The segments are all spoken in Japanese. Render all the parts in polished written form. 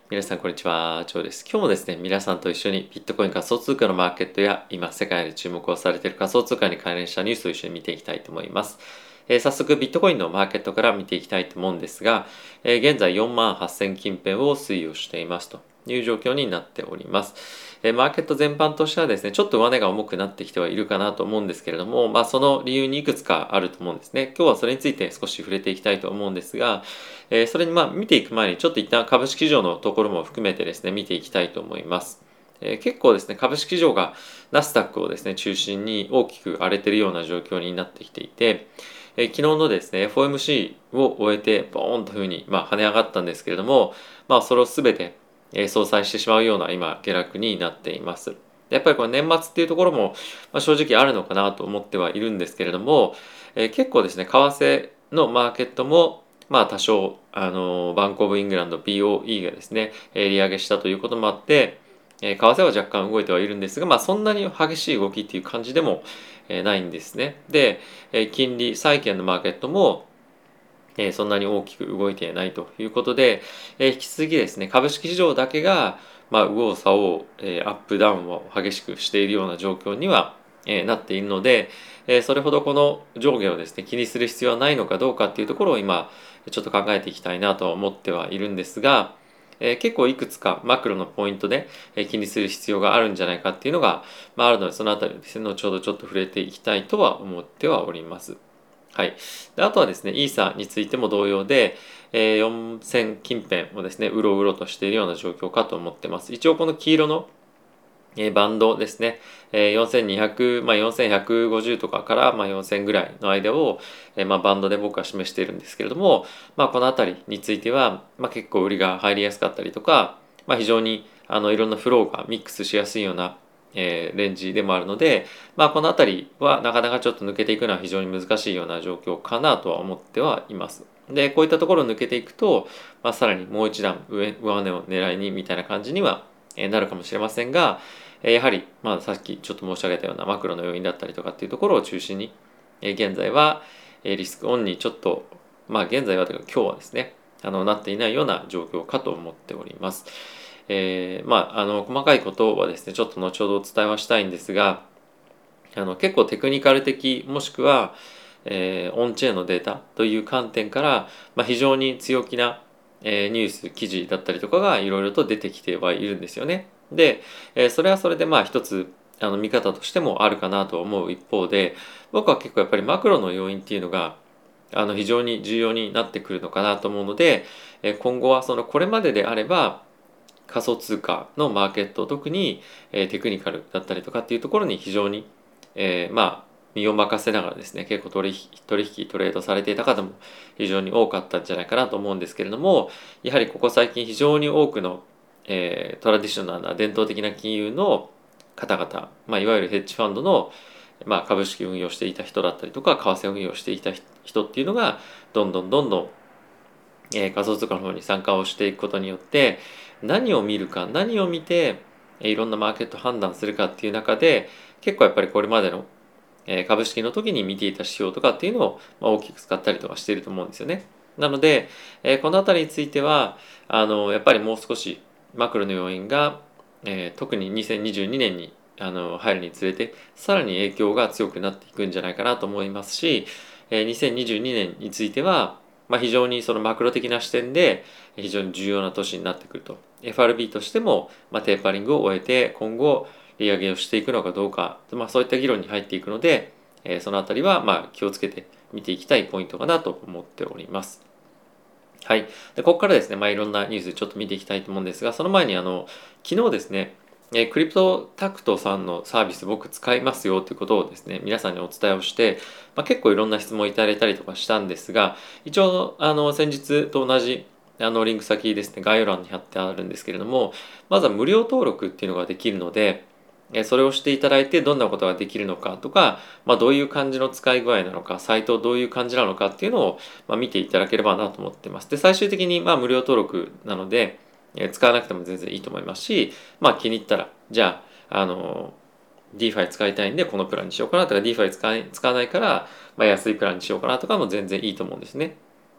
皆さんこんにちは、ジョーです。今日もですね、皆さんと一緒にビットコイン仮想通貨のマーケットや今世界で注目をされている仮想通貨に関連したニュースを一緒に見ていきたいと思います。早速ビットコインのマーケットから見ていきたいと思うんですが、現在4万8000近辺を推移をしていますという状況になっております。マーケット全般としてはですね、ちょっと上値が重くなってきてはいるかなと思うんですけれども、その理由にいくつかあると思うんですね。今日はそれについて少し触れていきたいと思うんですが、それに見ていく前にちょっと一旦株式市場のところも含めてですね見ていきたいと思います。結構ですね株式市場がナスダックをですね中心に大きく荒れているような状況になってきていて、昨日のですね FOMC を終えてボーンというふうに跳ね上がったんですけれども、それを全て相殺してしまうような今下落になっています。やっぱりこれ年末っていうところも正直あるのかなと思ってはいるんですけれども、結構ですね為替のマーケットも多少バンコブイングランド BOE がですね利上げしたということもあって為替は若干動いてはいるんですが、そんなに激しい動きっていう感じでもないんですね。で金利債券のマーケットもそんなに大きく動いていないということで、引き続きですね株式市場だけが右往左往アップダウンを激しくしているような状況にはなっているので、それほどこの上下をですね気にする必要はないのかどうかっていうところを今ちょっと考えていきたいなとは思ってはいるんですが、結構いくつかマクロのポイントで気にする必要があるんじゃないかっていうのが、あるのでそのあたりをですね後ほどちょっと触れていきたいとは思ってはおります。はい、であとはですねイーサについても同様で、4000近辺をですねうろうろとしているような状況かと思ってます。一応この黄色のバンドですね、4200、4150とかから4000ぐらいの間を、バンドで僕は示しているんですけれども、この辺りについては、結構売りが入りやすかったりとか、非常にいろんなフローがミックスしやすいような、レンジでもあるので、この辺りはなかなかちょっと抜けていくのは非常に難しいような状況かなとは思ってはいます。でこういったところを抜けていくと、さらにもう一段上値を狙いにみたいな感じにはなるかもしれませんが、やはり、さっきちょっと申し上げたようなマクロの要因だったりとかっていうところを中心に、現在はリスクオンにちょっと、現在はというか今日はですねなっていないような状況かと思っております。細かいことはですねちょっと後ほどお伝えはしたいんですが、結構テクニカル的もしくは、オンチェーンのデータという観点から、非常に強気な、ニュース記事だったりとかがいろいろと出てきてはいるんですよね。で、それはそれで一つ見方としてもあるかなと思う一方で、僕は結構やっぱりマクロの要因っていうのが非常に重要になってくるのかなと思うので、今後はそのこれまでであれば仮想通貨のマーケット、特にテクニカルだったりとかっていうところに非常に身を任せながらですね結構取引トレードされていた方も非常に多かったんじゃないかなと思うんですけれども、やはりここ最近非常に多くの、トラディショナルな伝統的な金融の方々、いわゆるヘッジファンドの、株式運用していた人だったりとか為替運用していた人っていうのがどんどん仮想通貨の方に参加をしていくことによって何を見るか何を見ていろんなマーケット判断するかっていう中で結構やっぱりこれまでの株式の時に見ていた指標とかっていうのを大きく使ったりとかしていると思うんですよね。なのでこの辺りについてはやっぱりもう少しマクロの要因が特に2022年に入るにつれてさらに影響が強くなっていくんじゃないかなと思いますし、2022年については非常にそのマクロ的な視点で非常に重要な年になってくると。 FRB としてもテーパリングを終えて今後利上げをしていくのかどうか、そういった議論に入っていくので、そのあたりは気をつけて見ていきたいポイントかなと思っております。はい。でここからですね、いろんなニュースちょっと見ていきたいと思うんですが、その前に昨日ですね、クリプトタクトさんのサービス僕使いますよということをですね、皆さんにお伝えをして、結構いろんな質問いただいたりとかしたんですが、一応先日と同じリンク先ですね、概要欄に貼ってあるんですけれども、まずは無料登録っていうのができるので、それをしていただいてどんなことができるのかとか、どういう感じの使い具合なのか、サイトどういう感じなのかっていうのを、見ていただければなと思ってます。で、最終的に無料登録なので、使わなくても全然いいと思いますし、気に入ったら、じゃあ、DeFi 使いたいんでこのプランにしようかなとか、DeFi 使わないから、安いプランにしようかなとかも全然いいと思うんですね。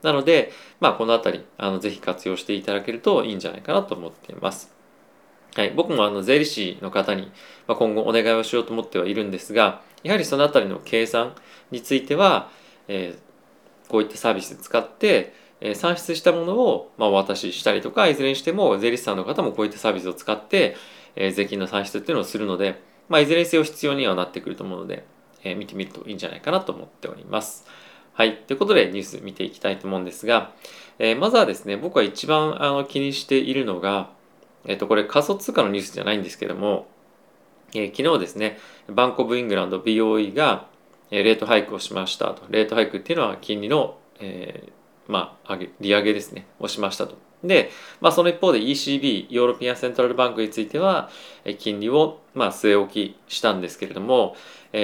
なので、このあたりぜひ活用していただけるといいんじゃないかなと思っています。はい、僕も税理士の方に今後お願いをしようと思ってはいるんですが、やはりそのあたりの計算については、こういったサービス使って、算出したものをお渡ししたりとか、いずれにしても税理士さんの方もこういったサービスを使って、税金の算出っていうのをするので、いずれにせよ必要にはなってくると思うので、見てみるといいんじゃないかなと思っております。はい。ということでニュース見ていきたいと思うんですが、まずはですね、僕は一番気にしているのが、これ仮想通貨のニュースじゃないんですけども、昨日ですね、バンコブイングランド BOE がレートハイクをしましたと。レートハイクっていうのは金利の、利上げですね、をしましたと。で、その一方で ECB、ヨーロピアンセントラルバンクについては、金利を据え置きしたんですけれども、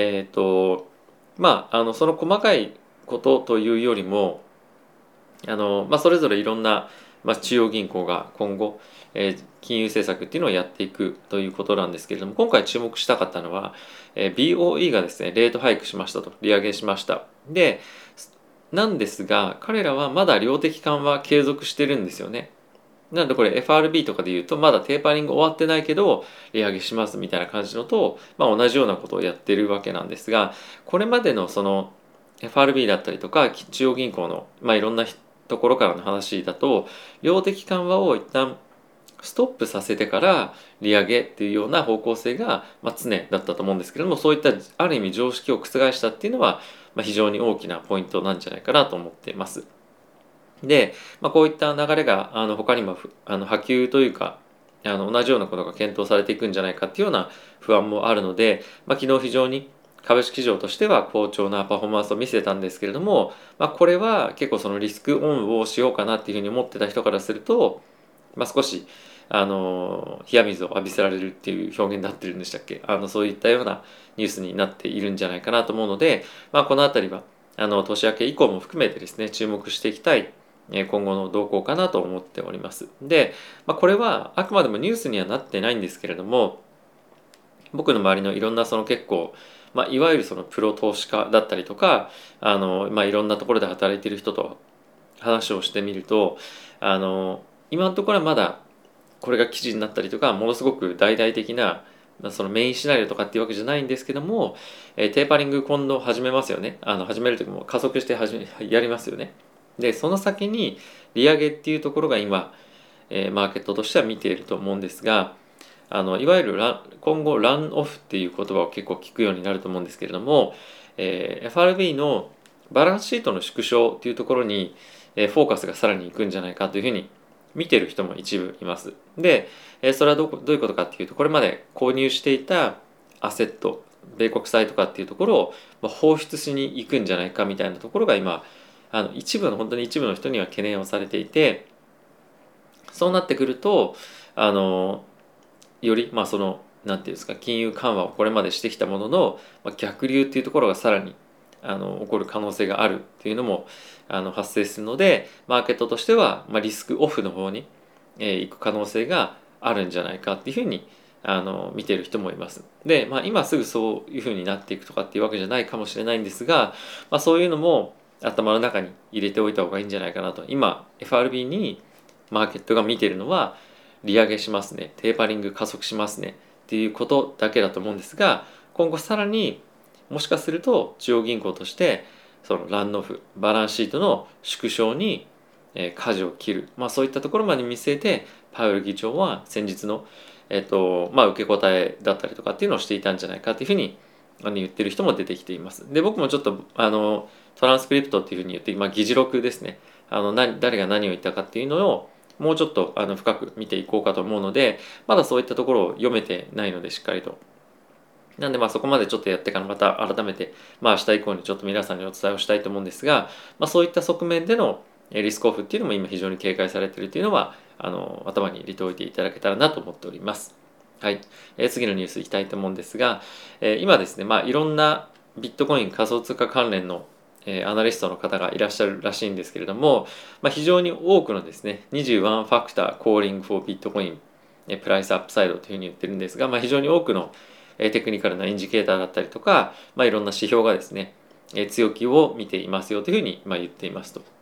その細かいことというよりも、それぞれいろんな、中央銀行が今後、金融政策っていうのをやっていくということなんですけれども、今回注目したかったのは、BOE がですね、レートハイクしましたと、利上げしました。で、なんですが、彼らはまだ量的緩和継続してるんですよね。なのでこれ FRB とかで言うと、まだテーパリング終わってないけど、利上げしますみたいな感じのと、同じようなことをやってるわけなんですが、これまでのその FRB だったりとか、中央銀行の、いろんなところからの話だと、量的緩和を一旦ストップさせてから利上げっていうような方向性が常だったと思うんですけれども、そういったある意味常識を覆したっていうのは非常に大きなポイントなんじゃないかなと思っています。で、こういった流れが他にも波及というか同じようなことが検討されていくんじゃないかっていうような不安もあるので、昨日非常に株式市場としては好調なパフォーマンスを見せたんですけれども、これは結構そのリスクオンをしようかなっていうふうに思ってた人からすると、少し冷や水を浴びせられるっていう表現になってるんでしたっけ、そういったようなニュースになっているんじゃないかなと思うので、このあたりは年明け以降も含めてですね、注目していきたい今後の動向かなと思っております。で、これはあくまでもニュースにはなってないんですけれども、僕の周りのいろんなその結構、いわゆるそのプロ投資家だったりとか、いろんなところで働いている人と話をしてみると、今のところはまだこれが記事になったりとか、ものすごく大々的なそのメインシナリオとかっていうわけじゃないんですけども、テーパリング今度始めますよね。始めるときも加速してやりますよね。で、その先に利上げっていうところが今、マーケットとしては見ていると思うんですが、いわゆる今後ランオフっていう言葉を結構聞くようになると思うんですけれども、FRB のバランスシートの縮小っていうところに、フォーカスがさらにいくんじゃないかというふうに見てる人も一部います。で、それはどういうことかっていうと、これまで購入していたアセット、米国債とかっていうところを放出しに行くんじゃないかみたいなところが今、本当に一部の人には懸念をされていて、そうなってくると、より、なんていうんですか、金融緩和をこれまでしてきたものの、逆流っていうところがさらに起こる可能性があるっていうのも発生するので、マーケットとしては、リスクオフの方に、行く可能性があるんじゃないかっていうふうに見ている人もいます。で、今すぐそういうふうになっていくとかっていうわけじゃないかもしれないんですが、そういうのも頭の中に入れておいた方がいいんじゃないかなと。今 FRB にマーケットが見ているのは利上げしますね、テーパリング加速しますねっていうことだけだと思うんですが、今後さらにもしかすると中央銀行としてそのランオフバランスシートの縮小に舵を切る、そういったところまで見据えてパウエル議長は先日の、受け答えだったりとかっていうのをしていたんじゃないかというふうに言ってる人も出てきています。で、僕もちょっとトランスクリプトっていうふうに言って、議事録ですね、誰が何を言ったかっていうのをもうちょっと深く見ていこうかと思うので、まだそういったところを読めてないのでしっかりと。なんでそこまでちょっとやってからまた改めて明日以降にちょっと皆さんにお伝えをしたいと思うんですが、そういった側面でのリスクオフっていうのも今非常に警戒されているというのは頭に入れておいていただけたらなと思っております。はい、次のニュースいきたいと思うんですが、今ですね、いろんなビットコイン仮想通貨関連のアナリストの方がいらっしゃるらしいんですけれども、非常に多くのですね、21ファクターコーリングフォービットコインプライスアップサイドというふうに言ってるんですが、非常に多くのテクニカルなインジケーターだったりとか、いろんな指標がですね、強気を見ていますよというふうに言っていますと。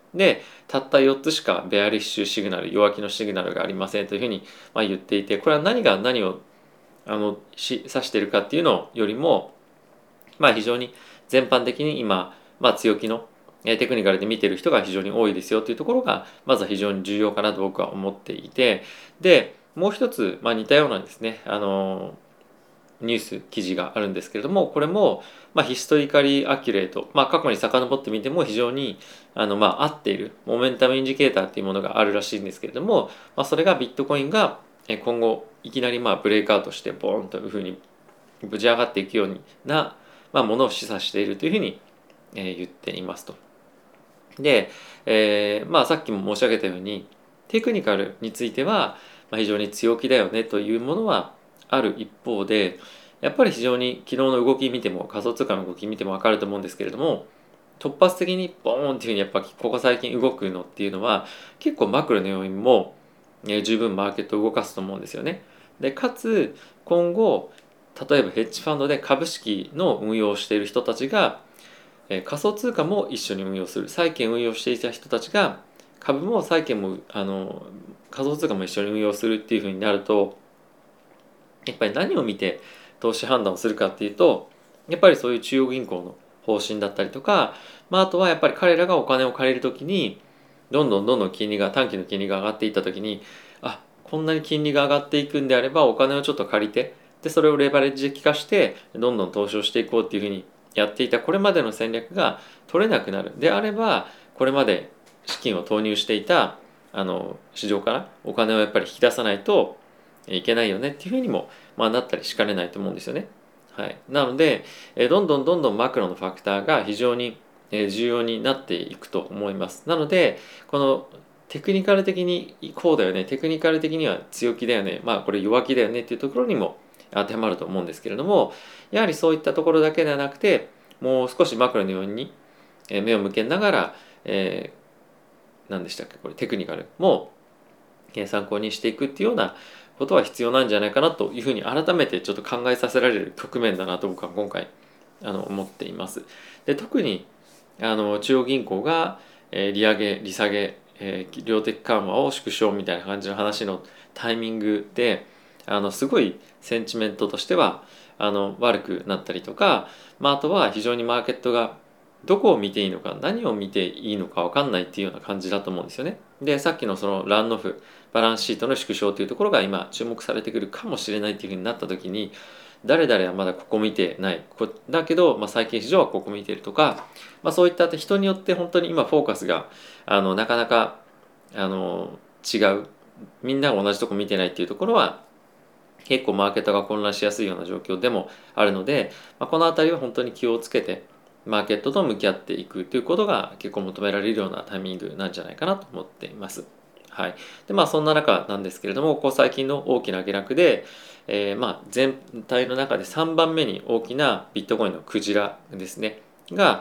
で、たった4つしかベアリッシュシグナル、弱気のシグナルがありませんというふうに言っていて、これは何が何を指しているかっていうのよりも、非常に全般的に今、強気のテクニカルで見ている人が非常に多いですよというところがまずは非常に重要かなと僕は思っていて、でもう一つ、似たようなですねニュース記事があるんですけれども、これも、ヒストリカリーアキュレート、過去に遡ってみても非常に合っているモメンタムインジケーターっていうものがあるらしいんですけれども、それがビットコインが今後いきなりブレイクアウトしてボーンというふうにぶち上がっていくようなものを示唆しているというふうに言っていますと。で、さっきも申し上げたようにテクニカルについては非常に強気だよねというものはある一方で、やっぱり非常に昨日の動き見ても仮想通貨の動き見ても分かると思うんですけれども、突発的にボーンっていうふうにやっぱここ最近動くのっていうのは結構マクロの要因も十分マーケットを動かすと思うんですよね。でかつ今後例えばヘッジファンドで株式の運用をしている人たちが仮想通貨も一緒に運用する、債券運用していた人たちが株も債券も仮想通貨も一緒に運用するっていうふうになると、やっぱり何を見て投資判断をするかっていうと、やっぱりそういう中央銀行の方針だったりとか、あとはやっぱり彼らがお金を借りるときにどんどん金利が短期の金利が上がっていったときに、こんなに金利が上がっていくんであればお金をちょっと借りて、でそれをレバレッジで効かしてどんどん投資をしていこうっていうふうにやっていたこれまでの戦略が取れなくなるであれば、これまで資金を投入していた市場からお金をやっぱり引き出さないといけないよねっていうふうにも、なったりしかねないと思うんですよね。はい、なのでどんどんマクロのファクターが非常に重要になっていくと思います。なのでこのテクニカル的にこうだよね、テクニカル的には強気だよね、これ弱気だよねっていうところにも当てはまると思うんですけれども、やはりそういったところだけではなくてもう少しマクロの要因に目を向けながら、何でしたっけこれテクニカルも参考にしていくっていうようなことは必要なんじゃないかなというふうに改めてちょっと考えさせられる局面だなと僕は今回思っています。で特に中央銀行が利上げ利下げ量的緩和を縮小みたいな感じの話のタイミングですごいセンチメントとしては悪くなったりとか、あとは非常にマーケットがどこを見ていいのか何を見ていいのか分かんないっていうような感じだと思うんですよね。でさっきのそのランオフバランスシートの縮小というところが今注目されてくるかもしれないっていうふうになった時に、誰々はまだここ見てないだけど、債券市場はここ見てるとか、そういった人によって本当に今フォーカスがなかなか違う、みんなが同じとこ見てないっていうところは結構マーケットが混乱しやすいような状況でもあるので、この辺りは本当に気をつけてマーケットと向き合っていくということが結構求められるようなタイミングなんじゃないかなと思っています。はい、でそんな中なんですけれども、ここ最近の大きな下落で、全体の中で3番目に大きなビットコインのクジラですねが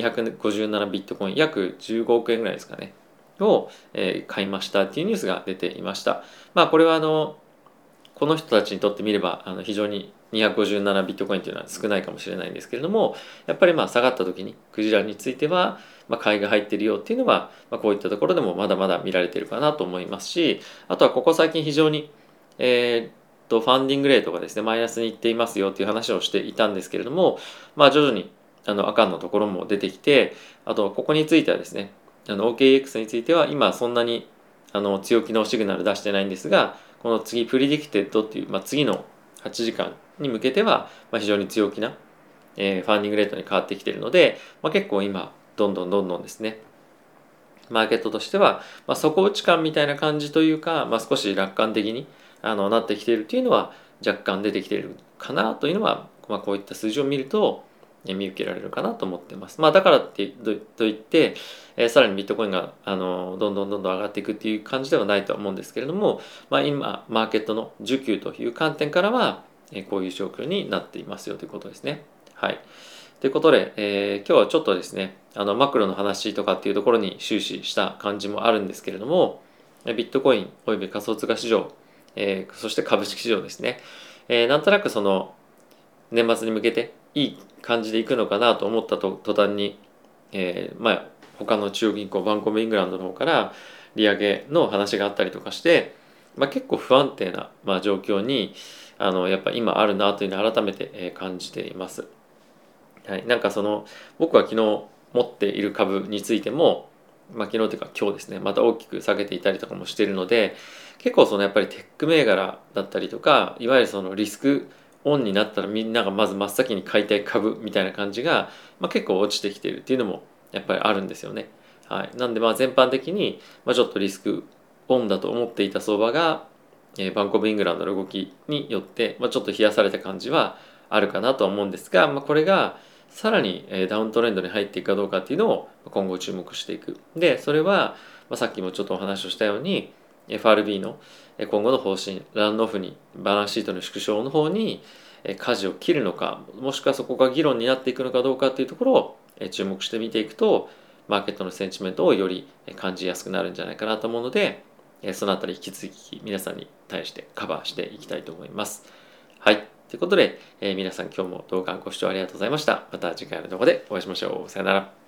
257ビットコイン約15億円ぐらいですかねを、買いましたっていうニュースが出ていました。これはこの人たちにとってみれば非常に257ビットコインというのは少ないかもしれないんですけれども、やっぱり下がった時にクジラについては買いが入っているよっていうのは、こういったところでもまだまだ見られているかなと思いますし、あとはここ最近非常にファンディングレートがですねマイナスにいっていますよっていう話をしていたんですけれども、徐々に赤のところも出てきて、あとここについてはですねOKX については今そんなに強気のシグナル出してないんですが、この次プリディクテッドっていう、次の8時間に向けては、非常に強気な、ファンディングレートに変わってきているので、結構今どんどんですねマーケットとしては、底打ち感みたいな感じというか、少し楽観的になってきているというのは若干出てきているかなというのは、こういった数字を見ると見受けられるかなと思っています。だからといって、さらにビットコインがどんどん上がっていくっていう感じではないとは思うんですけれども、今マーケットの需給という観点からはこういう状況になっていますよということですね。はい。ということで、今日はちょっとですねマクロの話とかっていうところに終始した感じもあるんですけれども、ビットコインおよび仮想通貨市場、そして株式市場ですね、なんとなくその年末に向けていい感じでいくのかなと思った途端に、 他の中央銀行バンコブイングランドの方から利上げの話があったりとかして、結構不安定な、状況にやっぱ今あるなというのを改めて感じています。はい、なんか僕は昨日持っている株についても、昨日というか今日ですね、また大きく下げていたりとかもしているので、結構やっぱりテック銘柄だったりとか、いわゆるリスクオンになったらみんながまず真っ先に買いたい株みたいな感じが、結構落ちてきているっていうのもやっぱりあるんですよね。はい、なんで全般的にちょっとリスクオンだと思っていた相場が、バンコブイングランドの動きによって、ちょっと冷やされた感じはあるかなとは思うんですが、これがさらにダウントレンドに入っていくかどうかっていうのを今後注目していく。で、それはさっきもちょっとお話をしたように FRB の今後の方針、ランオフにバランスシートの縮小の方に舵を切るのか、もしくはそこが議論になっていくのかどうかっていうところを注目して見ていくと、マーケットのセンチメントをより感じやすくなるんじゃないかなと思うので、そのあたり引き続き皆さんに対してカバーしていきたいと思います。はい。ということで、皆さん今日も動画ご視聴ありがとうございました。また次回の動画でお会いしましょう。さよなら。